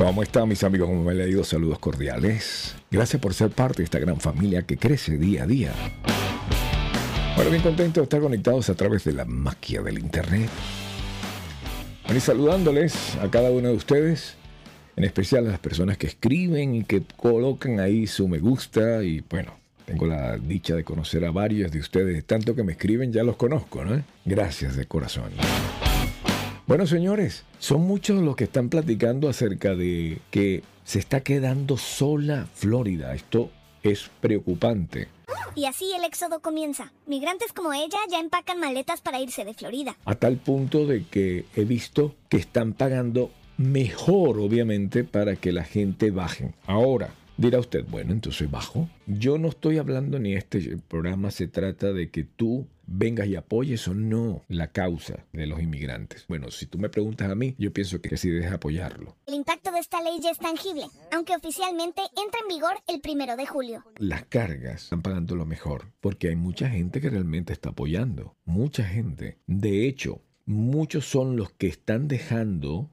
¿Cómo están mis amigos? ¿Cómo me ha ido? Saludos cordiales. Gracias por ser parte de esta gran familia que crece día a día. Bueno, bien contento de estar conectados a través de la magia del internet. Bueno, y saludándoles a cada uno de ustedes, en especial a las personas que escriben y que colocan ahí su me gusta. Y bueno, tengo la dicha de conocer a varios de ustedes, tanto que me escriben, ya los conozco, ¿no? Gracias de corazón. Bueno, señores, son muchos los que están platicando acerca de que se está quedando sola Florida. Esto es preocupante. Y así el éxodo comienza. Migrantes como ella ya empacan maletas para irse de Florida. A tal punto de que he visto que están pagando mejor, obviamente, para que la gente baje. Ahora, dirá usted, bueno, entonces bajo. Yo no estoy hablando ni este programa se trata de que tú vengas y apoyes o no la causa de los inmigrantes. Bueno, si tú me preguntas a mí, yo pienso que sí debes apoyarlo. El impacto de esta ley ya es tangible, aunque oficialmente entra en vigor el 1 de julio. Las cargas están pagando lo mejor, porque hay mucha gente que realmente está apoyando. Mucha gente. De hecho, muchos son los que están dejando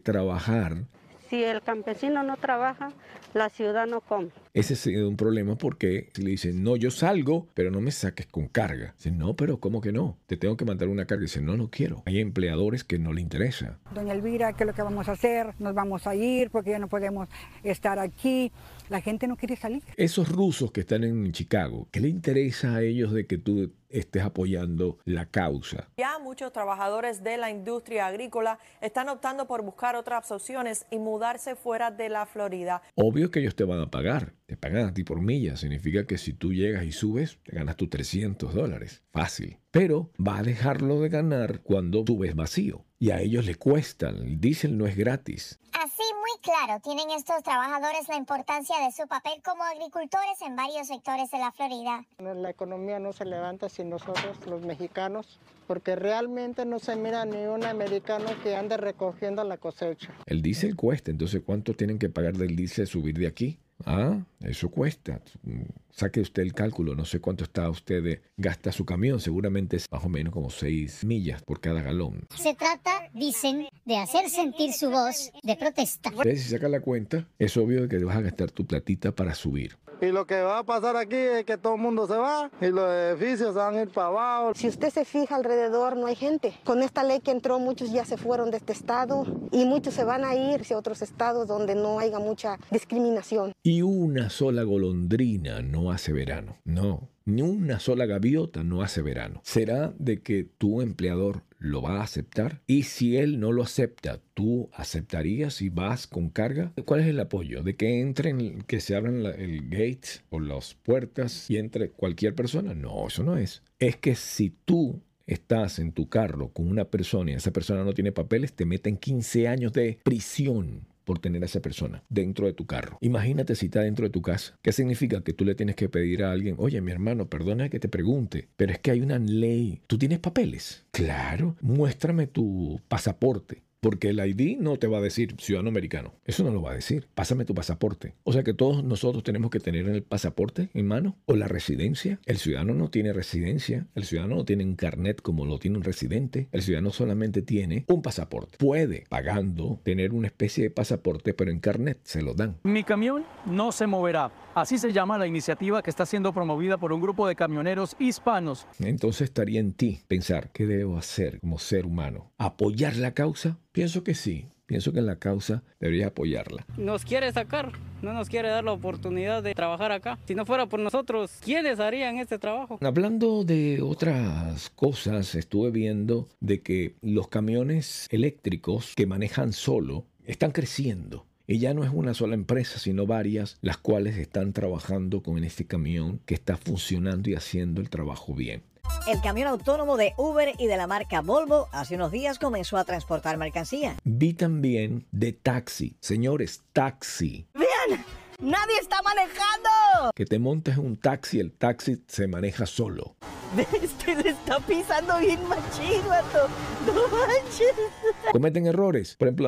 de trabajar. Si el campesino no trabaja, la ciudad no come. Ese es un problema porque le dicen, no, yo salgo, pero no me saques con carga. Dicen, no, pero ¿cómo que no? Te tengo que mandar una carga. Dicen, no, no quiero. Hay empleadores que no le interesa. Doña Elvira, ¿qué es lo que vamos a hacer? Nos vamos a ir porque ya no podemos estar aquí. La gente no quiere salir. Esos rusos que están en Chicago, ¿qué le interesa a ellos de que tú estés apoyando la causa? Ya muchos trabajadores de la industria agrícola están optando por buscar otras opciones y mudarse fuera de la Florida. Obvio que ellos te van a pagar. Te pagan a ti por milla. Significa que si tú llegas y subes, te ganas tus $300. Fácil. Pero va a dejarlo de ganar cuando tú ves vacío. Y a ellos le cuesta. El diésel no es gratis. Así muy claro tienen estos trabajadores la importancia de su papel como agricultores en varios sectores de la Florida. La economía no se levanta sin nosotros, los mexicanos, porque realmente no se mira ni un americano que ande recogiendo la cosecha. El diésel cuesta. Entonces, ¿cuánto tienen que pagar del diésel subir de aquí? Ah, eso cuesta. Saque usted el cálculo, no sé cuánto está usted gasta su camión, seguramente es más o menos como 6 millas por cada galón. Se trata, dicen, de hacer sentir su voz de protesta. Entonces, si sacas la cuenta, es obvio que vas a gastar tu platita para subir. Y lo que va a pasar aquí es que todo el mundo se va y los edificios se van a ir para abajo. Si usted se fija alrededor, no hay gente. Con esta ley que entró, muchos ya se fueron de este estado y muchos se van a ir hacia otros estados donde no haya mucha discriminación. Y una sola golondrina no hace verano. No, ni una sola gaviota no hace verano. Será de que tu empleador lo va a aceptar. Y si él no lo acepta, ¿tú aceptarías si vas con carga? ¿Cuál es el apoyo? ¿De que entren, que se abran el gate o las puertas y entre cualquier persona? No, eso no es. Es que si tú estás en tu carro con una persona y esa persona no tiene papeles, te meten 15 años de prisión por tener a esa persona dentro de tu carro. Imagínate si está dentro de tu casa. ¿Qué significa? Que tú le tienes que pedir a alguien, oye, mi hermano, perdona que te pregunte, pero es que hay una ley. ¿Tú tienes papeles? Claro. Muéstrame tu pasaporte. Porque el ID no te va a decir ciudadano americano. Eso no lo va a decir. Pásame tu pasaporte. O sea que todos nosotros tenemos que tener el pasaporte en mano. O la residencia. El ciudadano no tiene residencia. El ciudadano no tiene un carnet como lo tiene un residente. El ciudadano solamente tiene un pasaporte. Puede, pagando, tener una especie de pasaporte, pero en carnet se lo dan. Mi camión no se moverá. Así se llama la iniciativa que está siendo promovida por un grupo de camioneros hispanos. Entonces estaría en ti pensar, ¿qué debo hacer como ser humano? ¿Apoyar la causa? Pienso que sí. Pienso que en la causa deberías apoyarla. Nos quiere sacar, no nos quiere dar la oportunidad de trabajar acá. Si no fuera por nosotros, ¿quiénes harían este trabajo? Hablando de otras cosas, estuve viendo de que los camiones eléctricos que manejan solo están creciendo. Y ya no es una sola empresa, sino varias, las cuales están trabajando con este camión que está funcionando y haciendo el trabajo bien. El camión autónomo de Uber y de la marca Volvo hace unos días comenzó a transportar mercancía. Vi también de taxi. Señores, taxi. ¡Vean! ¡Nadie está manejando! Que te montes en un taxi, el taxi se maneja solo. Este le está pisando bien machín, vato. No manches. Cometen errores. Por ejemplo,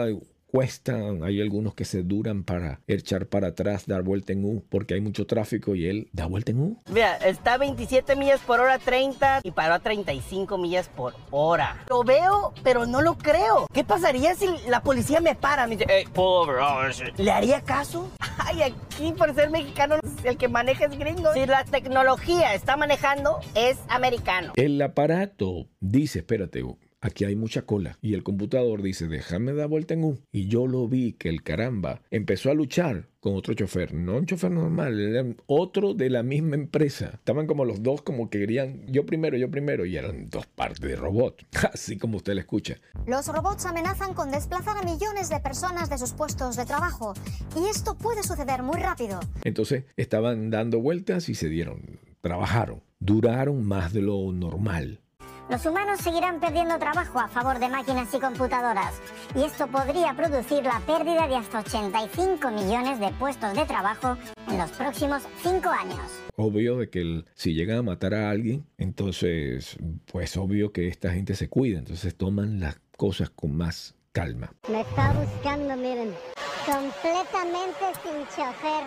cuestan, hay algunos que se duran para echar para atrás, dar vuelta en U, porque hay mucho tráfico y él da vuelta en U. Mira, está a 27 millas por hora, 30 y paró a 35 millas por hora. Lo veo, pero no lo creo. ¿Qué pasaría si la policía me para? Me dice, hey, pull over. ¿Le haría caso? Ay, aquí por ser mexicano, el que maneja es gringo. Si la tecnología está manejando, es americano. El aparato dice, espérate, aquí hay mucha cola. Y el computador dice, déjame dar vuelta en U. Y yo lo vi que el caramba empezó a luchar con otro chofer. No un chofer normal, era otro de la misma empresa. Estaban como los dos como que querían yo primero. Y eran dos partes de robot. Así como usted le escucha. Los robots amenazan con desplazar a millones de personas de sus puestos de trabajo. Y esto puede suceder muy rápido. Entonces estaban dando vueltas y trabajaron. Duraron más de lo normal. Los humanos seguirán perdiendo trabajo a favor de máquinas y computadoras, y esto podría producir la pérdida de hasta 85 millones de puestos de trabajo en los próximos 5 años. Obvio de que si llegan a matar a alguien, entonces, pues obvio que esta gente se cuida, entonces toman las cosas con más calma. Me está buscando, miren, completamente sin chofer.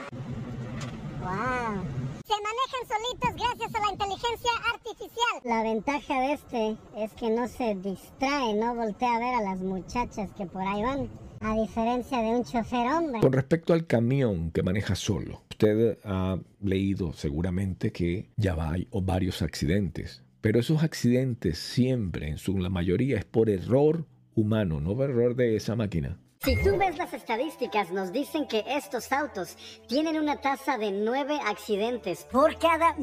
¡Wow! Se manejan solitos gracias a la inteligencia artificial. La ventaja de este es que no se distrae, no voltea a ver a las muchachas que por ahí van, a diferencia de un chofer hombre. Con respecto al camión que maneja solo, usted ha leído seguramente que ya hay varios accidentes, pero esos accidentes siempre, la mayoría, es por error humano, no por error de esa máquina. Si tú ves las estadísticas, nos dicen que estos autos tienen una tasa de 9 accidentes por cada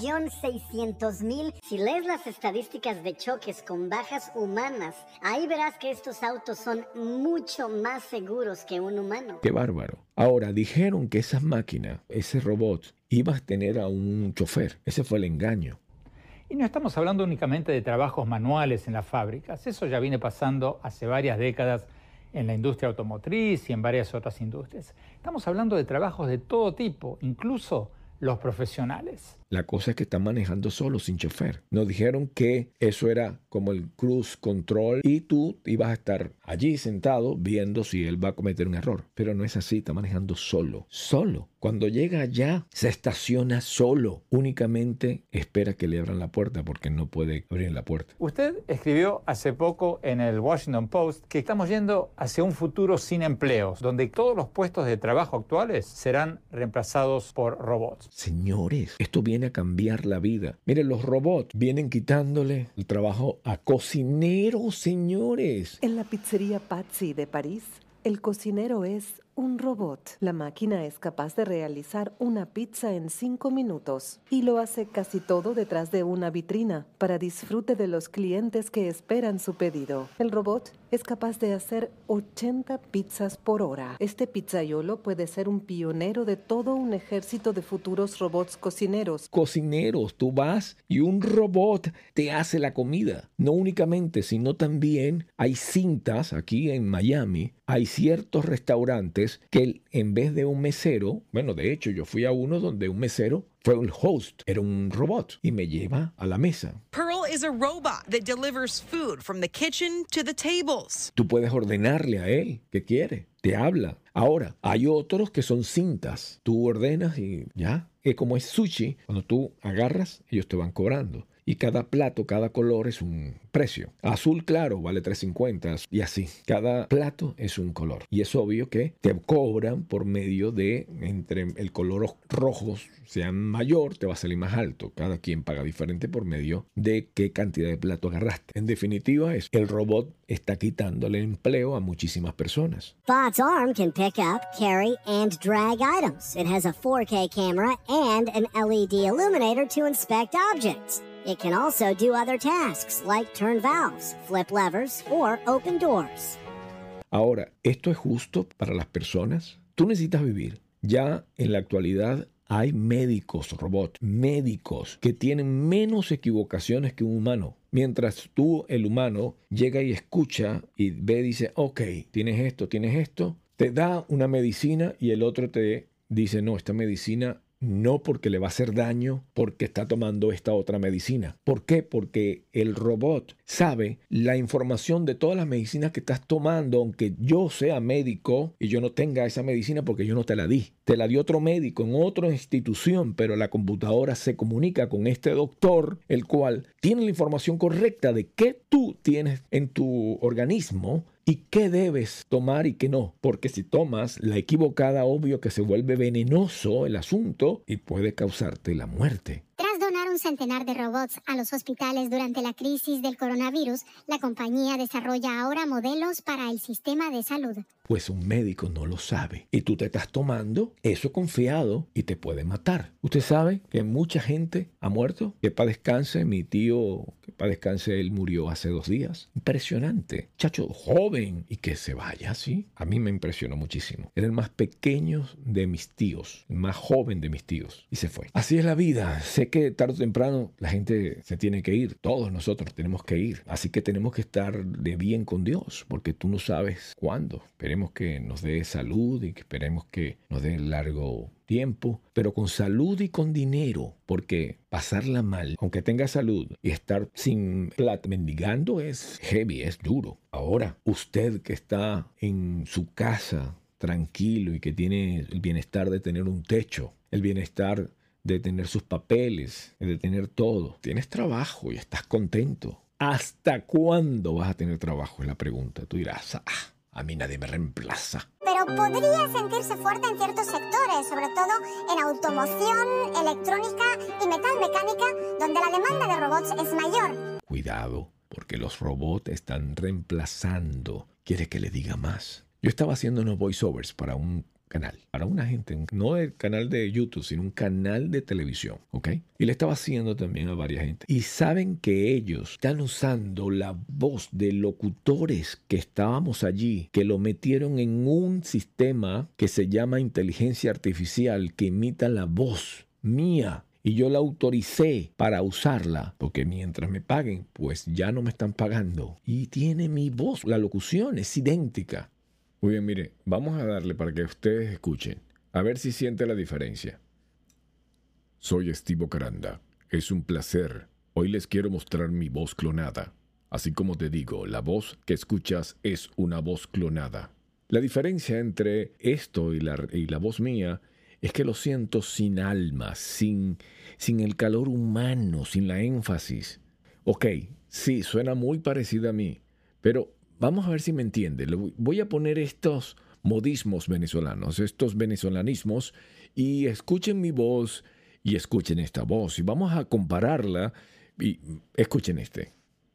1.600.000. Si lees las estadísticas de choques con bajas humanas, ahí verás que estos autos son mucho más seguros que un humano. ¡Qué bárbaro! Ahora, dijeron que esas máquinas, ese robot, iba a tener a un chofer. Ese fue el engaño. Y no estamos hablando únicamente de trabajos manuales en las fábricas. Eso ya viene pasando hace varias décadas en la industria automotriz y en varias otras industrias. Estamos hablando de trabajos de todo tipo, incluso los profesionales. La cosa es que están manejando solo, sin chofer. Nos dijeron que eso era como el cruise control y tú ibas a estar allí sentado viendo si él va a cometer un error. Pero no es así, está manejando solo. Solo. Cuando llega allá, se estaciona solo. Únicamente espera que le abran la puerta porque no puede abrir la puerta. Usted escribió hace poco en el Washington Post que estamos yendo hacia un futuro sin empleos, donde todos los puestos de trabajo actuales serán reemplazados por robots. Señores, esto viene a cambiar la vida. Miren, los robots vienen quitándole el trabajo a cocineros, señores. En la pizzería Pazzi de París, el cocinero es un robot. La máquina es capaz de realizar una pizza en 5 minutos y lo hace casi todo detrás de una vitrina para disfrute de los clientes que esperan su pedido. El robot es capaz de hacer 80 pizzas por hora. Este pizzaiolo puede ser un pionero de todo un ejército de futuros robots cocineros. Cocineros, tú vas y un robot te hace la comida. No únicamente, sino también hay cintas aquí en Miami. Hay ciertos restaurantes que en vez de un mesero, bueno, de hecho yo fui a uno donde un mesero fue un host, era un robot y me lleva a la mesa. Pearl is a robot that delivers food from the kitchen to the tables. Tú puedes ordenarle a él qué quiere, te habla. Ahora, hay otros que son cintas. Tú ordenas y ya. Como es sushi, cuando tú agarras, ellos te van cobrando. Y cada plato, cada color es un precio. Azul claro vale $3.50 y así. Cada plato es un color. Y es obvio que te cobran por medio de, entre el color rojo sea mayor, te va a salir más alto. Cada quien paga diferente por medio de qué cantidad de plato agarraste. En definitiva, el robot está quitándole empleo a muchísimas personas. Bot's arm can pick up, carry, and drag items. It has a 4K camera and an LED illuminator to inspect objects. It can also do other tasks like turn valves, flip levers, or open doors. Ahora, ¿esto es justo para las personas? Tú necesitas vivir. Ya en la actualidad hay médicos robots, médicos que tienen menos equivocaciones que un humano. Mientras tú, el humano, llega y escucha y ve y dice, ok, tienes esto, te da una medicina y el otro te dice, no, esta medicina no, porque le va a hacer daño porque está tomando esta otra medicina. ¿Por qué? Porque el robot sabe la información de todas las medicinas que estás tomando, aunque yo sea médico y yo no tenga esa medicina porque yo no te la di. Te la dio otro médico en otra institución, pero la computadora se comunica con este doctor, el cual tiene la información correcta de qué tú tienes en tu organismo y qué debes tomar y qué no. Porque si tomas la equivocada, obvio que se vuelve venenoso el asunto y puede causarte la muerte. Tras donar un centenar de robots a los hospitales durante la crisis del coronavirus, la compañía desarrolla ahora modelos para el sistema de salud. Pues un médico no lo sabe y tú te estás tomando eso confiado y te puede matar. Usted sabe que mucha gente ha muerto. Que paz descanse, mi tío, que paz descanse, él murió hace 2 días. Impresionante. Chacho joven y que se vaya así. A mí me impresionó muchísimo. Era el más pequeño de mis tíos, el más joven de mis tíos y se fue. Así es la vida. Sé que tarde o temprano la gente se tiene que ir. Todos nosotros tenemos que ir. Así que tenemos que estar de bien con Dios porque tú no sabes cuándo. Esperemos que nos dé salud y que esperemos que nos dé largo tiempo, pero con salud y con dinero, porque pasarla mal, aunque tenga salud y estar sin plata mendigando es heavy, es duro. Ahora, usted que está en su casa tranquilo y que tiene el bienestar de tener un techo, el bienestar de tener sus papeles, de tener todo, tienes trabajo y estás contento. ¿Hasta cuándo vas a tener trabajo? Es la pregunta. Tú dirás, a mí nadie me reemplaza. Pero podría sentirse fuerte en ciertos sectores, sobre todo en automoción, electrónica y metal mecánica, donde la demanda de robots es mayor. Cuidado, porque los robots están reemplazando. ¿Quiere que le diga más? Yo estaba haciendo unos voiceovers para un canal, para una gente, no el canal de YouTube, sino un canal de televisión, ¿ok? Y le estaba haciendo también a varias gente. Y saben que ellos están usando la voz de locutores que estábamos allí, que lo metieron en un sistema que se llama inteligencia artificial, que imita la voz mía. Y yo la autoricé para usarla, porque mientras me paguen, pues ya no me están pagando. Y tiene mi voz, la locución es idéntica. Muy bien, mire, vamos a darle para que ustedes escuchen, a ver si siente la diferencia. Soy Steve Ocaranda. Es un placer. Hoy les quiero mostrar mi voz clonada. Así como te digo, la voz que escuchas es una voz clonada. La diferencia entre esto y la voz mía es que lo siento sin alma, sin el calor humano, sin la énfasis. Ok, sí, suena muy parecida a mí, pero vamos a ver si me entiende. Voy a poner estos modismos venezolanos, estos venezolanismos, y escuchen mi voz y escuchen esta voz. Y vamos a compararla y escuchen este.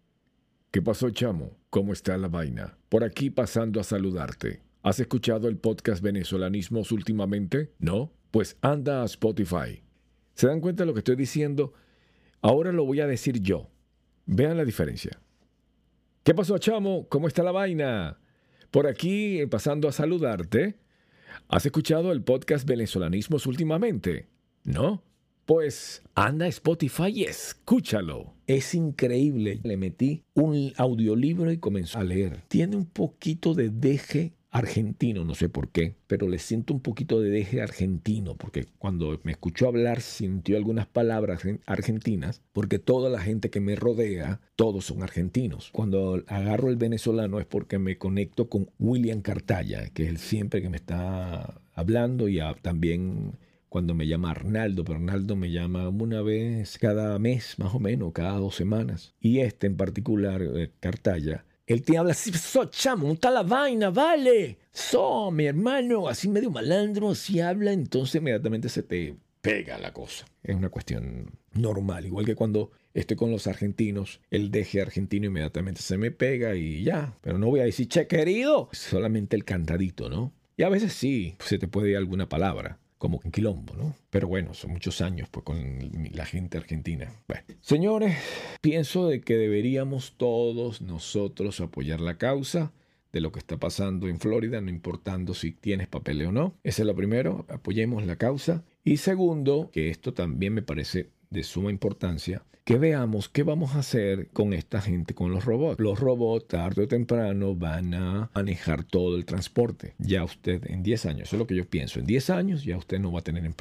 ¿Qué pasó, chamo? ¿Cómo está la vaina? Por aquí pasando a saludarte. ¿Has escuchado el podcast Venezolanismos últimamente? ¿No? Pues anda a Spotify. ¿Se dan cuenta de lo que estoy diciendo? Ahora lo voy a decir yo. Vean la diferencia. ¿Qué pasó, chamo? ¿Cómo está la vaina? Por aquí, pasando a saludarte. ¿Has escuchado el podcast Venezolanismos últimamente? ¿No? Pues anda a Spotify y escúchalo. Es increíble. Le metí un audiolibro y comenzó a leer. Tiene un poquito de deje argentino, no sé por qué, pero le siento un poquito de deje argentino, porque cuando me escuchó hablar sintió algunas palabras argentinas, porque toda la gente que me rodea, todos son argentinos. Cuando agarro el venezolano es porque me conecto con William Cartaya, que es el siempre que me está hablando, y también cuando me llama Arnaldo, pero Arnaldo me llama una vez cada mes, más o menos, cada 2 semanas. Y este en particular, Cartaya, él te habla así, chamo, no está la vaina, vale. Mi hermano, así medio malandro, así habla, entonces inmediatamente se te pega la cosa. Es una cuestión normal, igual que cuando estoy con los argentinos, el deje argentino inmediatamente se me pega y ya. Pero no voy a decir, che, querido, solamente el cantadito, ¿no? Y a veces sí, se te puede ir alguna palabra, como en quilombo, ¿no? Pero bueno, son muchos años pues con la gente argentina. Bueno, señores, pienso de que deberíamos todos nosotros apoyar la causa de lo que está pasando en Florida, no importando si tienes papeles o no. Ese es lo primero, apoyemos la causa. Y segundo, que esto también me parece de suma importancia, que veamos qué vamos a hacer con esta gente, con los robots. Los robots, tarde o temprano, van a manejar todo el transporte. Ya usted en 10 años, eso es lo que yo pienso, en 10 años ya usted no va a tener empleo.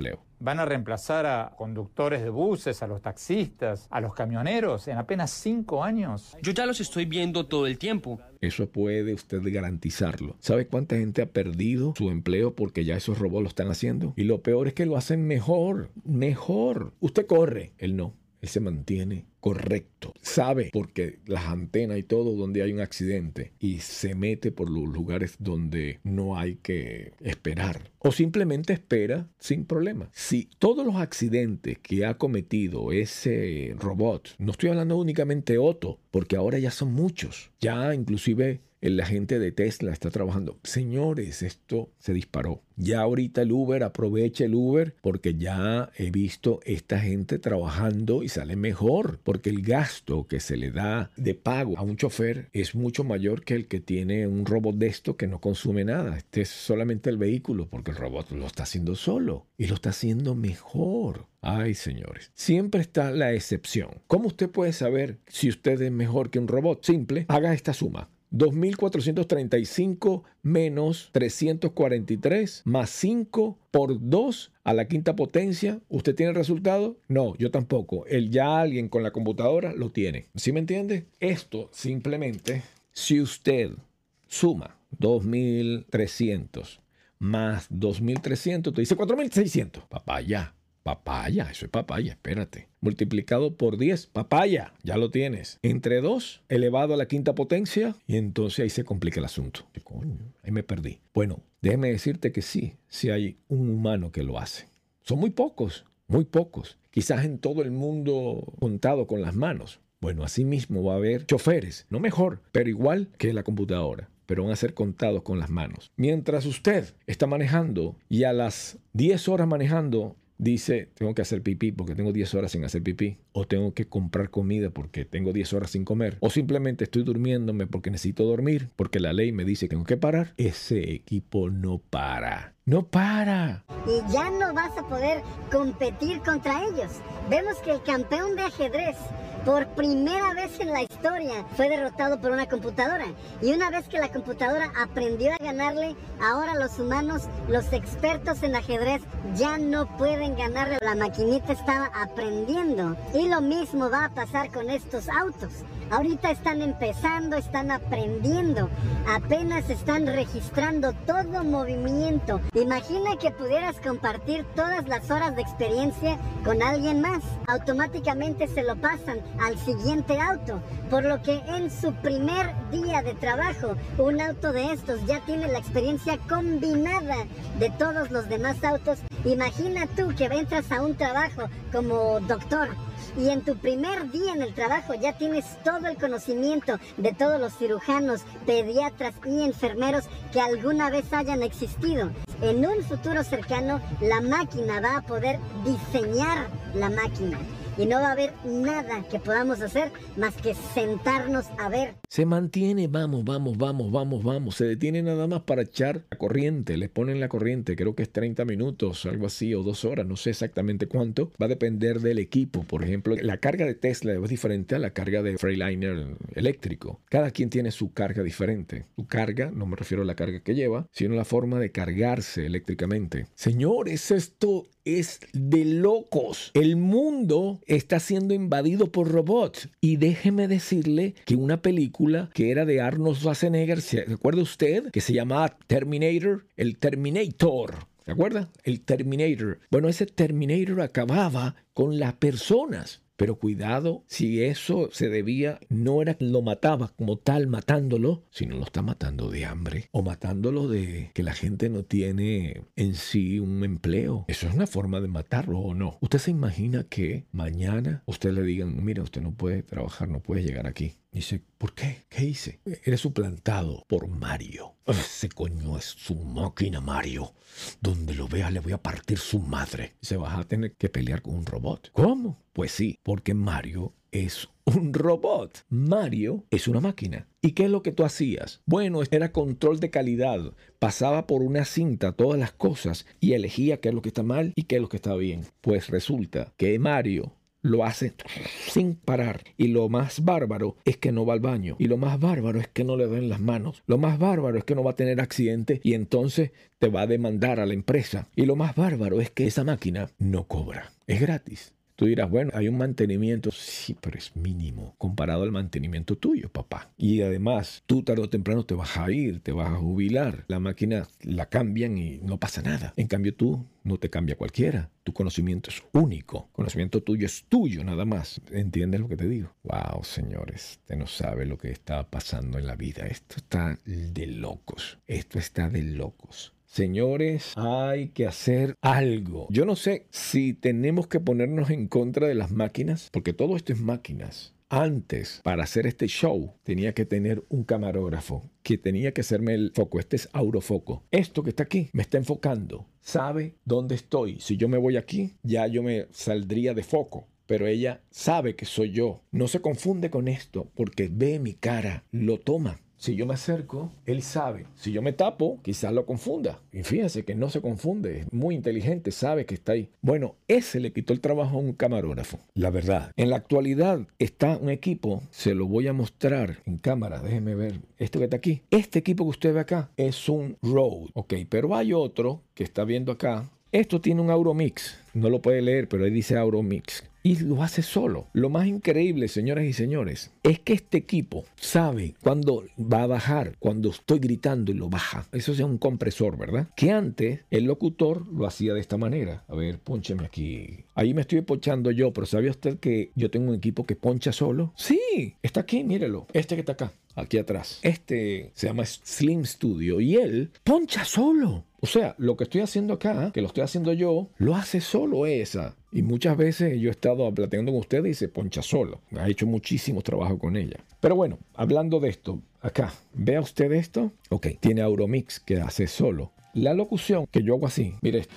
van a reemplazar a conductores de buses, a los taxistas, a los camioneros en apenas 5 años. Yo ya los estoy viendo todo el tiempo. Eso puede usted garantizarlo. ¿Sabe cuánta gente ha perdido su empleo porque ya esos robots lo están haciendo? Y lo peor es que lo hacen mejor. Usted corre, él no. Él se mantiene correcto. Sabe porque las antenas y todo donde hay un accidente y se mete por los lugares donde no hay que esperar. O simplemente espera sin problema. Si todos los accidentes que ha cometido ese robot, no estoy hablando únicamente de Otto, porque ahora ya son muchos. Ya inclusive la gente de Tesla está trabajando. Señores, esto se disparó. Ya ahorita el Uber, aproveche el Uber porque ya he visto esta gente trabajando y sale mejor. Porque el gasto que se le da de pago a un chofer es mucho mayor que el que tiene un robot de esto que no consume nada. Este es solamente el vehículo porque el robot lo está haciendo solo y lo está haciendo mejor. Ay, señores, siempre está la excepción. ¿Cómo usted puede saber si usted es mejor que un robot? Simple, haga esta suma. 2.435 menos 343 más 5 por 2 a la quinta potencia. ¿Usted tiene el resultado? No, yo tampoco. Ya alguien con la computadora lo tiene. ¿Sí me entiende? Esto simplemente, si usted suma 2.300 más 2.300, te dice 4.600. Papaya, eso es papaya, espérate. Multiplicado por 10, papaya, ya lo tienes. Entre 2, elevado a la quinta potencia, y entonces ahí se complica el asunto. ¿Qué coño? Ahí me perdí. Bueno, déjeme decirte que sí hay un humano que lo hace. Son muy pocos. Quizás en todo el mundo contado con las manos. Bueno, así mismo va a haber choferes, no mejor, pero igual que la computadora. Pero van a ser contados con las manos. Mientras usted está manejando y a las 10 horas manejando, dice, tengo que hacer pipí porque tengo 10 horas sin hacer pipí. O tengo que comprar comida porque tengo 10 horas sin comer. O simplemente estoy durmiéndome porque necesito dormir, porque la ley me dice que tengo que parar. Ese equipo no para. ¡No para! Y ya no vas a poder competir contra ellos. Vemos que el campeón de ajedrez, por primera vez en la historia, fue derrotado por una computadora. Y una vez que la computadora aprendió a ganarle, ahora los humanos, los expertos en ajedrez, ya no pueden ganarle. La maquinita estaba aprendiendo. Y lo mismo va a pasar con estos autos. Ahorita están empezando, están aprendiendo. Apenas están registrando todo movimiento. Imagina que pudieras compartir todas las horas de experiencia con alguien más. Automáticamente se lo pasan al siguiente auto, por lo que en su primer día de trabajo, un auto de estos ya tiene la experiencia combinada de todos los demás autos. Imagina tú que entras a un trabajo como doctor y en tu primer día en el trabajo ya tienes todo el conocimiento de todos los cirujanos, pediatras y enfermeros que alguna vez hayan existido. En un futuro cercano, la máquina va a poder diseñar la máquina. Y no va a haber nada que podamos hacer más que sentarnos a ver. Se mantiene, vamos. Se detiene nada más para echar la corriente. Le ponen la corriente, creo que es 30 minutos, algo así, o 2 horas, no sé exactamente cuánto. Va a depender del equipo. Por ejemplo, la carga de Tesla es diferente a la carga de Freightliner eléctrico. Cada quien tiene su carga diferente. Su carga, no me refiero a la carga que lleva, sino la forma de cargarse eléctricamente. Señores, esto es de locos. El mundo está siendo invadido por robots. Y déjeme decirle que una película que era de Arnold Schwarzenegger, ¿se acuerda usted? Que se llamaba Terminator. El Terminator. ¿Se acuerda? El Terminator. Bueno, ese Terminator acababa con las personas. Pero cuidado, si eso se debía, no era que lo mataba como tal matándolo, sino lo está matando de hambre o matándolo de que la gente no tiene en sí un empleo. Eso es una forma de matarlo, ¿o no? ¿Usted se imagina que mañana usted le digan, mira, usted no puede trabajar, no puede llegar aquí? Dice, ¿por qué? ¿Qué hice? Eres suplantado por Mario. Ese coño es su máquina, Mario. Donde lo vea le voy a partir su madre. Se va a tener que pelear con un robot. ¿Cómo? Pues sí, porque Mario es un robot. Mario es una máquina. ¿Y qué es lo que tú hacías? Bueno, era control de calidad. Pasaba por una cinta todas las cosas y elegía qué es lo que está mal y qué es lo que está bien. Pues resulta que Mario lo hace sin parar. Y lo más bárbaro es que no va al baño. Y lo más bárbaro es que no le den las manos. Lo más bárbaro es que no va a tener accidente y entonces te va a demandar a la empresa. Y lo más bárbaro es que esa máquina no cobra. Es gratis. Tú dirás, bueno, hay un mantenimiento. Sí, pero es mínimo comparado al mantenimiento tuyo, papá. Y además, tú tarde o temprano te vas a ir, te vas a jubilar. La máquina la cambian y no pasa nada. En cambio, tú no te cambia cualquiera. Tu conocimiento es único. El conocimiento tuyo es tuyo, nada más. ¿Entiendes lo que te digo? Wow, señores, usted no sabe lo que está pasando en la vida. Esto está de locos. Esto está de locos. Señores, hay que hacer algo. Yo no sé si tenemos que ponernos en contra de las máquinas, porque todo esto es máquinas. Antes, para hacer este show, tenía que tener un camarógrafo que tenía que hacerme el foco. Este es autofoco. Esto que está aquí me está enfocando. Sabe dónde estoy. Si yo me voy aquí, ya yo me saldría de foco. Pero ella sabe que soy yo. No se confunde con esto porque ve mi cara, lo toma. Si yo me acerco, él sabe. Si yo me tapo, quizás lo confunda. Y fíjense que no se confunde. Es muy inteligente, sabe que está ahí. Bueno, ese le quitó el trabajo a un camarógrafo. La verdad. En la actualidad está un equipo, se lo voy a mostrar en cámara. Déjeme ver esto que está aquí. Este equipo que usted ve acá es un Rode. Ok, pero hay otro que está viendo acá. Esto tiene un Auromix. No lo puede leer, pero ahí dice Auromix. Y lo hace solo. Lo más increíble, señoras y señores, es que este equipo sabe cuándo va a bajar, cuando estoy gritando y lo baja. Eso es un compresor, ¿verdad? Que antes el locutor lo hacía de esta manera. A ver, póncheme aquí. Ahí me estoy ponchando yo, pero ¿sabía usted que yo tengo un equipo que poncha solo? Sí, está aquí, mírelo. Este que está acá, aquí atrás. Este se llama Slim Studio y él poncha solo. O sea, lo que estoy haciendo acá, que lo estoy haciendo yo, lo hace solo esa. Y muchas veces yo he estado platicando con ustedes y se poncha solo. Ha hecho muchísimo trabajo con ella. Pero bueno, hablando de esto, acá, ¿vea usted esto? Ok, tiene Auromix que hace solo. La locución que yo hago así, mire esto.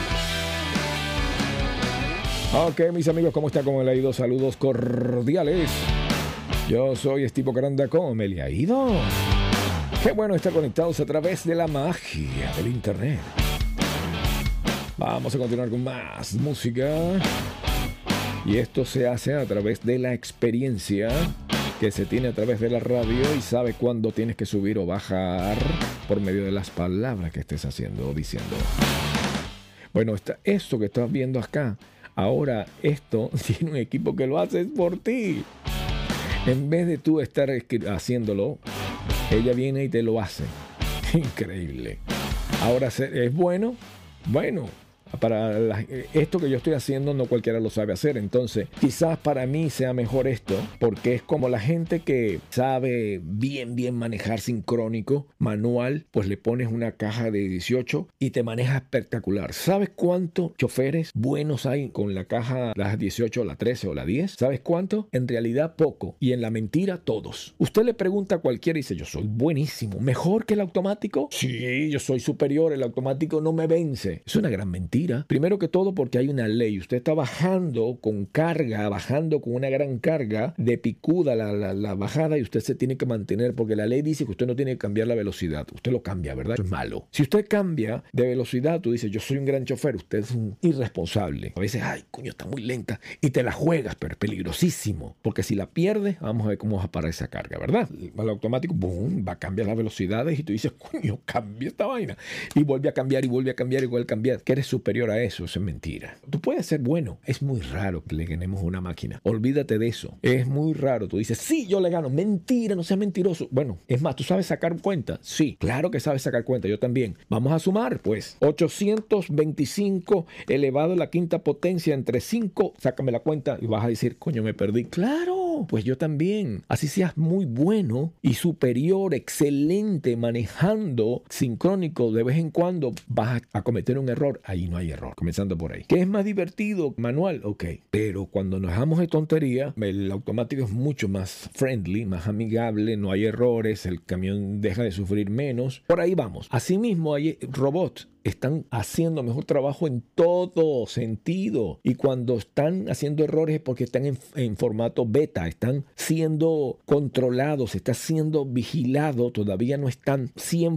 Ok, mis amigos, ¿cómo está? ¿Cómo le ha ido? Saludos cordiales. Yo soy Estivo Caranda. ¿Cómo me le ha ido? Qué bueno estar conectados a través de la magia del internet. Vamos a continuar con más música. Y esto se hace a través de la experiencia que se tiene a través de la radio y sabe cuándo tienes que subir o bajar por medio de las palabras que estés haciendo o diciendo. Bueno, esto que estás viendo acá, ahora esto tiene un equipo que lo hace por ti. En vez de tú estar haciéndolo, ella viene y te lo hace. Increíble. Ahora es bueno. Bueno, para esto que yo estoy haciendo no cualquiera lo sabe hacer. Entonces quizás para mí sea mejor esto, porque es como la gente que sabe bien manejar sincrónico manual, pues le pones una caja de 18 y te maneja espectacular. ¿Sabes cuántos choferes buenos hay con la caja, las 18, la 13 o la 10? ¿Sabes cuánto? En realidad poco, y en la mentira todos. Usted le pregunta a cualquiera y dice, yo soy buenísimo, ¿mejor que el automático? Sí, yo soy superior, el automático no me vence. Es una gran mentira. Primero que todo porque hay una ley. Usted está bajando con carga, bajando con una gran carga de picuda la bajada y usted se tiene que mantener porque la ley dice que usted no tiene que cambiar la velocidad. Usted lo cambia, ¿verdad? Eso es malo. Si usted cambia de velocidad, tú dices, yo soy un gran chofer, usted es un irresponsable. A veces, ay, coño, está muy lenta y te la juegas, pero es peligrosísimo. Porque si la pierdes, vamos a ver cómo va a parar esa carga, ¿verdad? El automático, boom, va a cambiar las velocidades y tú dices, coño, cambia esta vaina. Y vuelve a cambiar y vuelve a cambiar y vuelve a cambiar. Que eres superior a eso, es mentira. Tú puedes ser bueno. Es muy raro que le ganemos a una máquina. Olvídate de eso. Es muy raro. Tú dices, sí, yo le gano. Mentira, no seas mentiroso. Bueno, es más, ¿tú sabes sacar cuenta? Sí, claro que sabes sacar cuenta. Yo también. Vamos a sumar, pues. 825 elevado a la quinta potencia entre 5. Sácame la cuenta y vas a decir, coño, me perdí. Claro, pues yo también. Así seas muy bueno y superior, excelente, manejando sincrónico, de vez en cuando vas a cometer un error. Ahí no hay error, comenzando por ahí. ¿Qué es más divertido? Manual, ok. Pero cuando nos dejamos de tontería, el automático es mucho más friendly, más amigable, no hay errores, el camión deja de sufrir menos. Por ahí vamos. Asimismo hay robots. están haciendo mejor trabajo en todo sentido. Y cuando están haciendo errores es porque están en formato beta, están siendo controlados, está siendo vigilado, todavía no están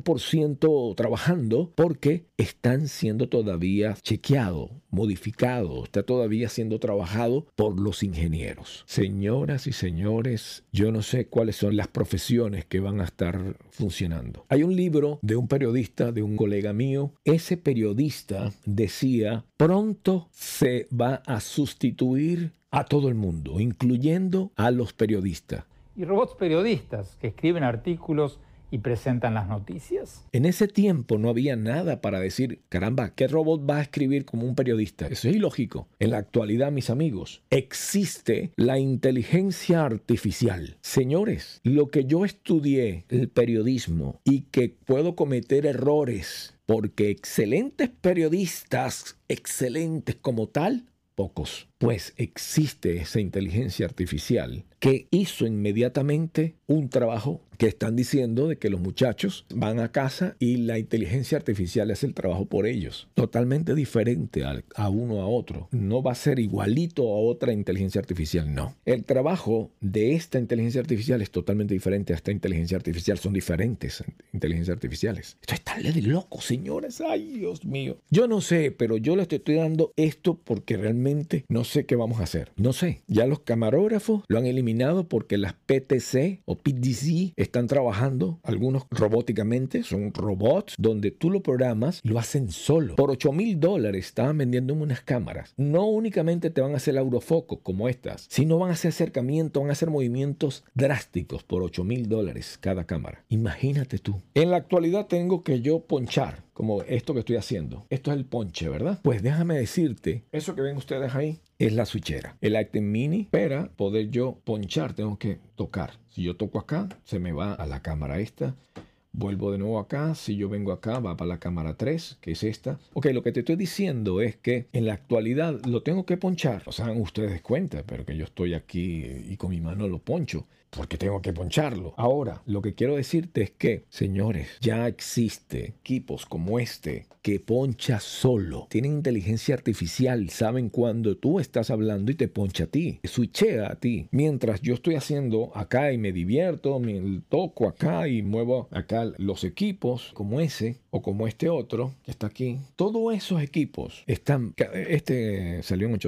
100% trabajando porque están siendo todavía chequeados, modificados, está todavía siendo trabajado por los ingenieros. Señoras y señores, yo no sé cuáles son las profesiones que van a estar funcionando. Hay un libro de un periodista, de un colega mío. Ese periodista decía, pronto se va a sustituir a todo el mundo, incluyendo a los periodistas. Y robots periodistas que escriben artículos y presentan las noticias. En ese tiempo no había nada para decir, caramba, ¿qué robot va a escribir como un periodista? Eso es ilógico. En la actualidad, mis amigos, existe la inteligencia artificial. Señores, lo que yo estudié, el periodismo, y que puedo cometer errores, porque excelentes periodistas, excelentes como tal, pocos. Pues existe esa inteligencia artificial que hizo inmediatamente un trabajo que están diciendo de que los muchachos van a casa y la inteligencia artificial hace el trabajo por ellos. Totalmente diferente a uno a otro. No va a ser igualito a otra inteligencia artificial, no. El trabajo de esta inteligencia artificial es totalmente diferente a esta inteligencia artificial. Son diferentes inteligencias artificiales. Esto está de loco, señores. Ay, Dios mío. Yo no sé, pero yo les estoy dando esto porque realmente no sé qué vamos a hacer. No sé. Ya los camarógrafos lo han eliminado porque las PTC o PDC están trabajando, algunos robóticamente, son robots donde tú lo programas y lo hacen solo. Por $8,000 estaban vendiendo unas cámaras. No únicamente te van a hacer autofoco como estas, sino van a hacer acercamiento, van a hacer movimientos drásticos por $8,000 cada cámara. Imagínate tú. En la actualidad tengo que yo ponchar, como esto que estoy haciendo. Esto es el ponche, ¿verdad? Pues déjame decirte, eso que ven ustedes ahí es la switchera. El Active Mini, para poder yo ponchar, tengo que tocar. Si yo toco acá, se me va a la cámara esta. Vuelvo de nuevo acá. Si yo vengo acá, va para la cámara 3, que es esta. Ok, lo que te estoy diciendo es que en la actualidad lo tengo que ponchar. O sea, hagan ustedes cuenta, pero que yo estoy aquí y con mi mano lo poncho, porque tengo que poncharlo. Ahora, lo que quiero decirte es que, señores, ya existe equipos como este que poncha solo. Tienen inteligencia artificial, saben cuando tú estás hablando y te poncha a ti, switchea a ti. Mientras yo estoy haciendo acá y me divierto, me toco acá y muevo acá los equipos como ese o como este otro que está aquí. Todos esos equipos están, este salió en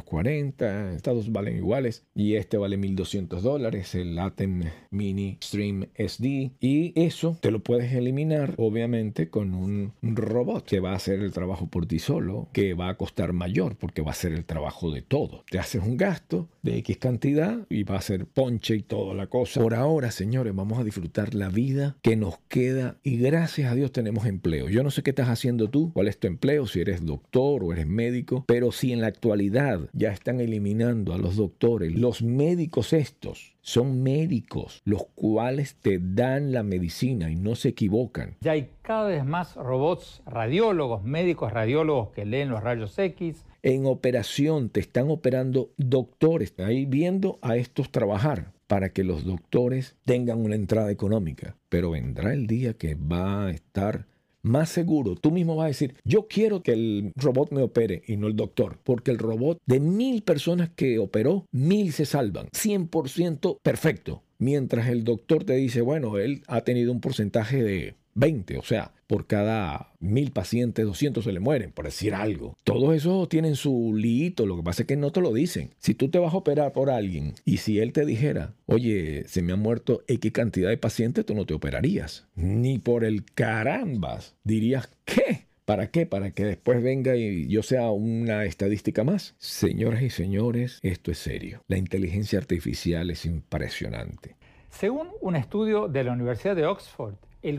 840, estos valen iguales y este vale $1,200, el Atem Mini Stream SD, y eso te lo puedes eliminar obviamente con un robot que va a hacer el trabajo por ti solo, que va a costar mayor porque va a hacer el trabajo de todo. Te haces un gasto de X cantidad y va a hacer ponche y toda la cosa. Por ahora, señores, vamos a disfrutar la vida que nos queda y gracias a Dios tenemos empleo. Yo no sé qué estás haciendo tú, cuál es tu empleo, si eres doctor o eres médico, pero si en la actualidad ya están eliminando a los doctores, los médicos estos son médicos, los cuales te dan la medicina y no se equivocan. Ya hay cada vez más robots radiólogos, médicos radiólogos que leen los rayos X. En operación te están operando doctores, ahí viendo a estos trabajar para que los doctores tengan una entrada económica. Pero vendrá el día que va a estar más seguro. Tú mismo vas a decir, yo quiero que el robot me opere y no el doctor, porque el robot de 1,000 personas que operó, 1,000 se salvan, 100% perfecto. Mientras el doctor te dice, bueno, él ha tenido un porcentaje de 20, o sea, por cada 1,000 pacientes, 200 se le mueren, por decir algo. Todos esos tienen su liito, lo que pasa es que no te lo dicen. Si tú te vas a operar por alguien y si él te dijera, oye, se me han muerto X cantidad de pacientes, tú no te operarías. Ni por el carambas. Dirías, ¿qué? ¿Para qué? Para que después venga y yo sea una estadística más. Señoras y señores, esto es serio. La inteligencia artificial es impresionante. Según un estudio de la Universidad de Oxford, el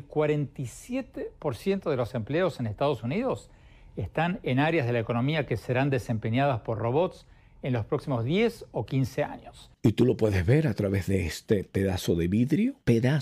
47% de los empleos en Estados Unidos están en áreas de la economía que serán desempeñadas por robots en los próximos 10 o 15 años. Y tú lo puedes ver a través de este pedazo de vidrio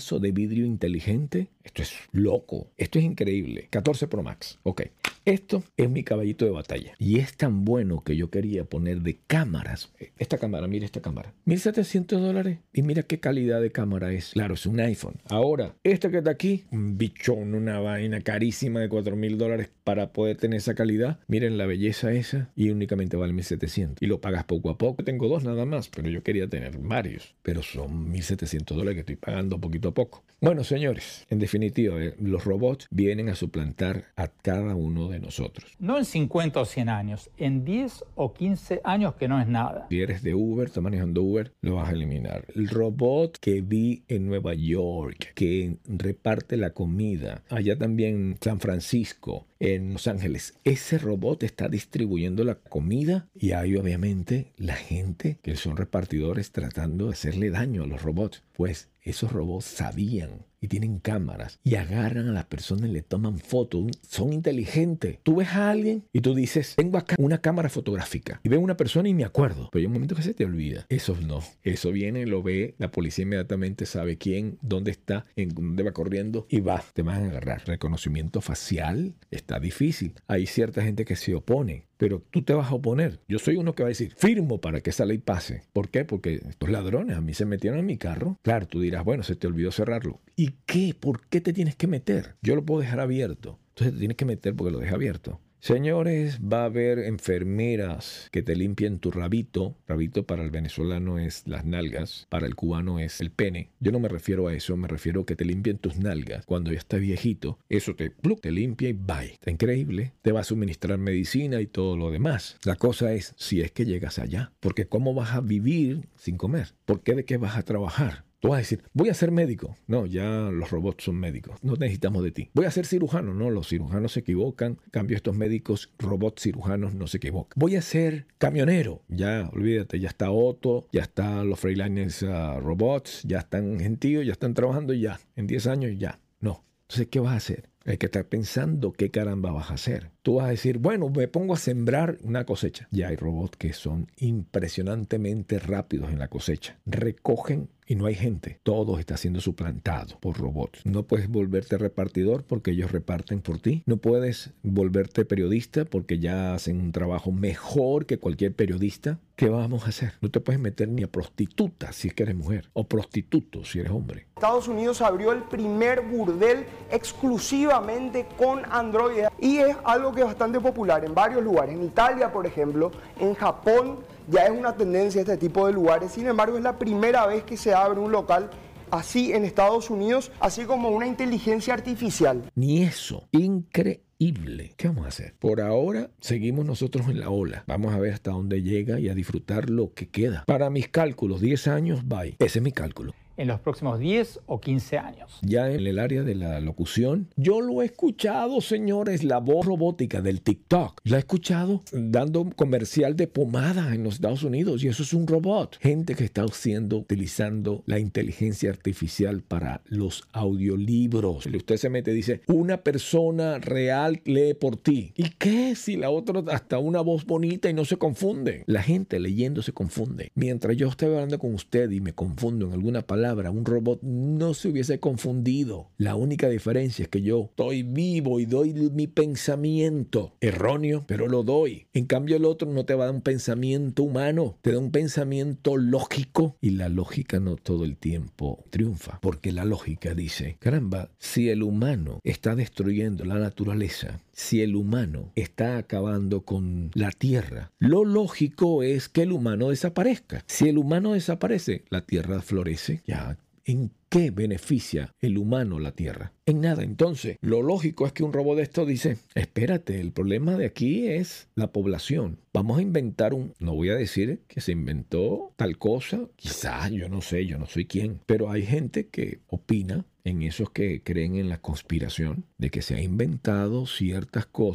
inteligente. Esto es loco, esto es increíble. 14 Pro Max, ok. Esto es mi caballito de batalla. Y es tan bueno que yo quería poner de cámaras. Esta cámara, mira esta cámara. $1,700. Y mira qué calidad de cámara es. Claro, es un iPhone. Ahora, este que está aquí, un bichón, una vaina carísima de $4,000 para poder tener esa calidad. Miren la belleza esa. Y únicamente vale $1,700. Y lo pagas poco a poco. Tengo 2 nada más, pero yo quería tener varios. Pero son $1,700 que estoy pagando poquito a poco. Bueno, señores, en definitiva, los robots vienen a suplantar a cada uno de nosotros. No en 50 o 100 años, en 10 o 15 años, que no es nada. Si eres de Uber, estás manejando Uber, lo vas a eliminar. El robot que vi en Nueva York, que reparte la comida, allá también en San Francisco, en Los Ángeles, ese robot está distribuyendo la comida y hay obviamente la gente que son repartidores tratando de hacerle daño a los robots. Pues esos robots sabían y tienen cámaras y agarran a las personas y le toman fotos. Son inteligentes. Tú ves a alguien y tú dices, tengo acá una cámara fotográfica y veo a una persona y me acuerdo. Pero hay un momento que se te olvida. Eso no. Eso viene, lo ve, la policía inmediatamente sabe quién, dónde está, en dónde va corriendo y va. Te van a agarrar. Reconocimiento facial está difícil. Hay cierta gente que se opone. Pero tú te vas a oponer. Yo soy uno que va a decir, firmo para que esa ley pase. ¿Por qué? Porque estos ladrones a mí se metieron en mi carro. Claro, tú dirás, bueno, se te olvidó cerrarlo. ¿Y qué? ¿Por qué te tienes que meter? Yo lo puedo dejar abierto. Entonces te tienes que meter porque lo deja abierto. Señores, va a haber enfermeras que te limpien tu rabito. Rabito para el venezolano es las nalgas, para el cubano es el pene. Yo no me refiero a eso, me refiero a que te limpien tus nalgas. Cuando ya estás viejito, eso te limpia y bye. Está increíble. Te va a suministrar medicina y todo lo demás. La cosa es si es que llegas allá. Porque ¿cómo vas a vivir sin comer? ¿Por qué de qué vas a trabajar? Tú vas a decir, voy a ser médico. No, ya los robots son médicos. No necesitamos de ti. Voy a ser cirujano. No, los cirujanos se equivocan. En cambio, estos médicos, robots cirujanos, no se equivocan. Voy a ser camionero. Ya, olvídate, ya está Otto, ya están los freelancers robots, ya están gentíos, ya están trabajando ya. En 10 años ya. No. Entonces, ¿qué vas a hacer? Hay que estar pensando qué caramba vas a hacer. Tú vas a decir, bueno, me pongo a sembrar una cosecha. Ya hay robots que son impresionantemente rápidos en la cosecha. Recogen y no hay gente. Todo está siendo suplantado por robots. No puedes volverte repartidor porque ellos reparten por ti. No puedes volverte periodista porque ya hacen un trabajo mejor que cualquier periodista. ¿Qué vamos a hacer? No te puedes meter ni a prostituta si es que eres mujer o prostituto si eres hombre. Estados Unidos abrió el primer burdel exclusivamente con androides y es algo que es bastante popular en varios lugares. En Italia, por ejemplo, en Japón ya es una tendencia este tipo de lugares. Sin embargo, es la primera vez que se abre un local así en Estados Unidos, así como una inteligencia artificial. Ni eso. Increíble. ¿Qué vamos a hacer? Por ahora seguimos nosotros en la ola. Vamos a ver hasta dónde llega y a disfrutar lo que queda. Para mis cálculos, 10 años, bye. Ese es mi cálculo. En los próximos 10 o 15 años. Ya en el área de la locución, yo lo he escuchado, señores, la voz robótica del TikTok. La he escuchado dando comercial de pomada en los Estados Unidos y eso es un robot. Gente que está utilizando la inteligencia artificial para los audiolibros. Usted se mete y dice, una persona real lee por ti. ¿Y qué si la otra hasta una voz bonita y no se confunde? La gente leyendo se confunde. Mientras yo estoy hablando con usted y me confundo en alguna palabra, un robot no se hubiese confundido. La única diferencia es que yo estoy vivo y doy mi pensamiento erróneo, pero lo doy. En cambio el otro no te va a dar un pensamiento humano, te da un pensamiento lógico y la lógica no todo el tiempo triunfa, porque la lógica dice, caramba, si el humano está destruyendo la naturaleza, si el humano está acabando con la tierra, lo lógico es que el humano desaparezca. Si el humano desaparece, la tierra florece. Ya, ¿en qué beneficia el humano la tierra? En nada. Entonces, lo lógico es que un robot de esto dice, espérate, el problema de aquí es la población. Vamos a inventar no voy a decir que se inventó tal cosa, quizás, yo no sé, yo no soy quién, pero hay gente que opina, en esos que creen en la conspiración, de que se ha inventado ciertas cosas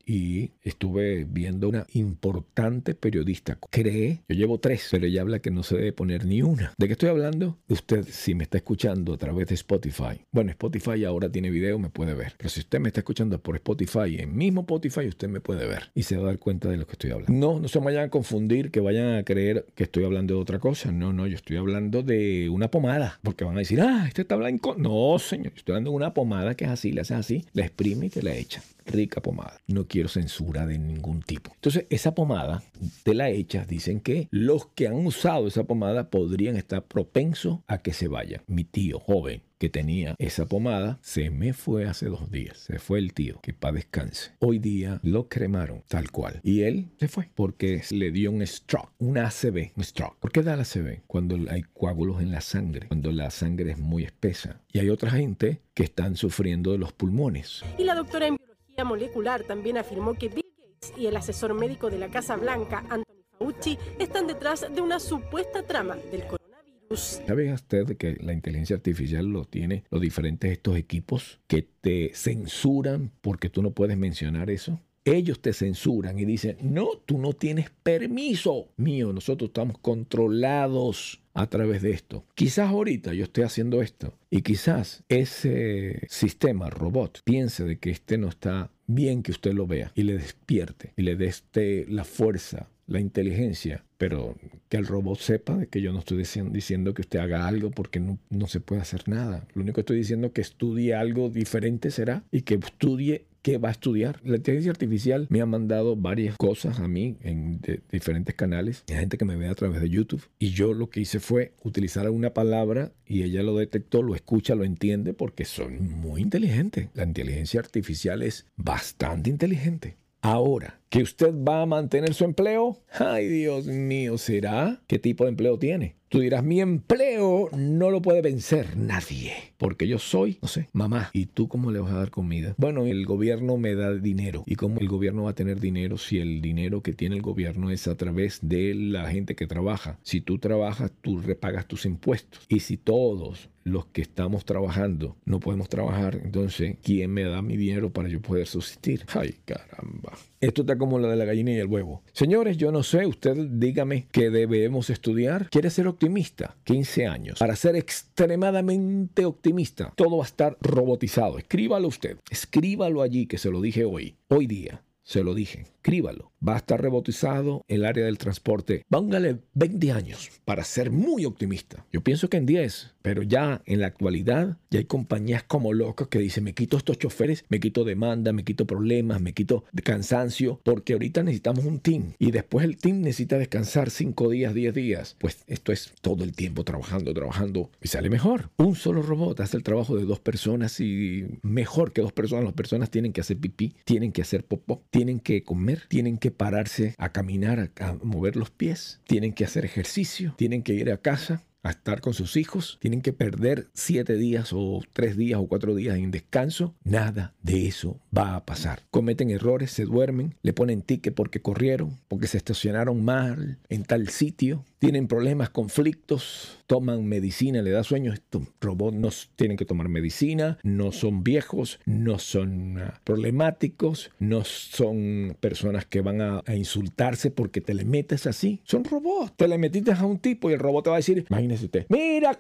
y estuve viendo una importante periodista. Yo llevo 3, pero ella habla que no se debe poner ni una. ¿De qué estoy hablando? Usted, si me está escuchando a través de Spotify, bueno, Spotify ahora tiene video, me puede ver. Pero si usted me está escuchando por Spotify, en mismo Spotify, usted me puede ver y se va a dar cuenta de lo que estoy hablando. No se vayan a confundir, que vayan a creer que estoy hablando de otra cosa. No, yo estoy hablando de una pomada, porque van a decir, este está hablando. No, señor, estoy hablando de una pomada que es así, la haces así, la exprime y te la echa. Rica pomada. No quiero censura de ningún tipo. Entonces, esa pomada te la echas. Dicen que los que han usado esa pomada podrían estar propensos a que se vayan. Mi tío joven que tenía esa pomada se me fue hace 2 días. Se fue el tío, que para descanse. Hoy día lo cremaron tal cual. Y él se fue porque le dio un stroke, una ACV, un stroke. ¿Por qué da la ACV? Cuando hay coágulos en la sangre, cuando la sangre es muy espesa. Y hay otra gente que están sufriendo de los pulmones. Y la doctora en biología molecular también afirmó que Bill Gates y el asesor médico de la Casa Blanca, Anthony Fauci, están detrás de una supuesta trama del coronavirus. ¿Sabe usted que la inteligencia artificial lo tiene los diferentes estos equipos que te censuran porque tú no puedes mencionar eso? Ellos te censuran y dicen, no, tú no tienes permiso mío, nosotros estamos controlados a través de esto. Quizás ahorita yo esté haciendo esto y quizás ese sistema, robot, piense de que no está bien que usted lo vea y le despierte y le dé la fuerza, la inteligencia, pero que el robot sepa de que yo no estoy diciendo que usted haga algo porque no se puede hacer nada. Lo único que estoy diciendo es que estudie algo diferente será y que estudie qué va a estudiar. La inteligencia artificial me ha mandado varias cosas a mí en diferentes canales. Hay gente que me ve a través de YouTube y yo lo que hice fue utilizar una palabra y ella lo detectó, lo escucha, lo entiende porque son muy inteligentes. La inteligencia artificial es bastante inteligente. Ahora, ¿que usted va a mantener su empleo? Ay, Dios mío, ¿será? ¿Qué tipo de empleo tiene? Tú dirás, mi empleo no lo puede vencer nadie, porque yo soy, no sé, mamá. ¿Y tú cómo le vas a dar comida? Bueno, el gobierno me da dinero. ¿Y cómo el gobierno va a tener dinero si el dinero que tiene el gobierno es a través de la gente que trabaja? Si tú trabajas, tú repagas tus impuestos. Y si todos los que estamos trabajando no podemos trabajar, entonces, ¿quién me da mi dinero para yo poder subsistir? Ay, caramba. Esto está como lo de la gallina y el huevo. Señores, yo no sé, usted dígame qué debemos estudiar. ¿Quiere ser optimista? 15 años. Para ser extremadamente optimista, todo va a estar robotizado. Escríbalo usted. Escríbalo allí, que se lo dije hoy. Hoy día. Se lo dije, escríbalo. Va a estar robotizado el área del transporte. Póngale 20 años para ser muy optimista. Yo pienso que en 10, pero ya en la actualidad ya hay compañías como locas que dicen, me quito estos choferes, me quito demanda, me quito problemas, me quito cansancio, porque ahorita necesitamos un team y después el team necesita descansar 5 días, 10 días. Pues esto es todo el tiempo trabajando y sale mejor. Un solo robot hace el trabajo de 2 personas y mejor que 2 personas. Las personas tienen que hacer pipí, tienen que hacer popó, tienen que comer, tienen que pararse a caminar, a mover los pies, tienen que hacer ejercicio, tienen que ir a casa a estar con sus hijos, tienen que perder 7 días o 3 días o 4 días en descanso. Nada de eso va a pasar. Cometen errores, se duermen, le ponen ticket porque corrieron, porque se estacionaron mal en tal sitio, tienen problemas, conflictos, toman medicina, le da sueño. Estos robots no tienen que tomar medicina, no son viejos, no son problemáticos, no son personas que van a insultarse porque te le metes así. Son robots. Te le metiste a un tipo y el robot te va a decir, imagínese usted, mira,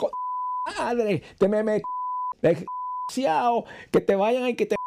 madre, te me metes, que te vayan y que te...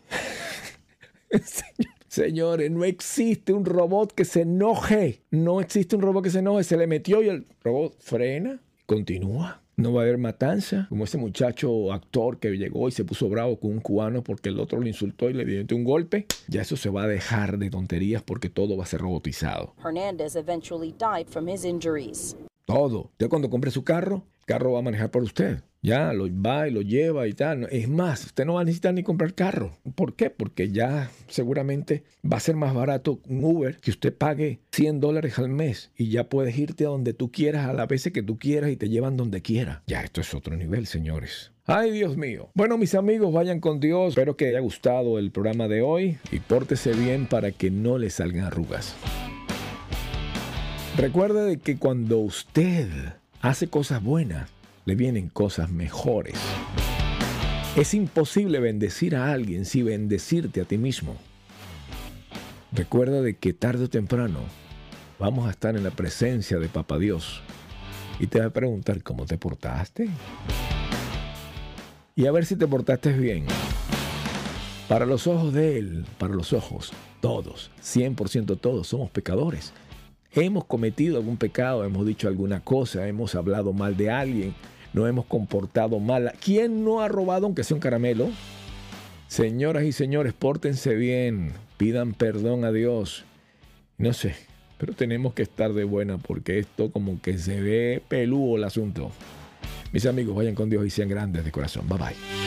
Señores, no existe un robot que se enoje. No existe un robot que se enoje. Se le metió y el robot frena y continúa. No va a haber matanza, como ese muchacho actor que llegó y se puso bravo con un cubano porque el otro lo insultó y le dio un golpe. Ya eso se va a dejar de tonterías porque todo va a ser robotizado. Hernandez eventually died from his injuries. Todo. Usted cuando compre su carro, el carro va a manejar por usted. Ya, lo va y lo lleva y tal. Es más, usted no va a necesitar ni comprar carro. ¿Por qué? Porque ya seguramente va a ser más barato un Uber que usted pague $100 al mes y ya puedes irte a donde tú quieras a las veces que tú quieras y te llevan donde quieras. Ya, esto es otro nivel, señores. Ay, Dios mío. Bueno, mis amigos, vayan con Dios. Espero que les haya gustado el programa de hoy y pórtese bien para que no le salgan arrugas. Recuerde de que cuando usted hace cosas buenas, le vienen cosas mejores. Es imposible bendecir a alguien sin bendecirte a ti mismo. Recuerda de que tarde o temprano vamos a estar en la presencia de Papá Dios y te va a preguntar cómo te portaste. Y a ver si te portaste bien. Para los ojos de Él, para los ojos, todos, 100% todos, somos pecadores. Hemos cometido algún pecado, hemos dicho alguna cosa, hemos hablado mal de alguien, nos hemos comportado mal. ¿Quién no ha robado aunque sea un caramelo? Señoras y señores, pórtense bien, pidan perdón a Dios. No sé, pero tenemos que estar de buena porque esto como que se ve peludo el asunto. Mis amigos, vayan con Dios y sean grandes de corazón. Bye bye.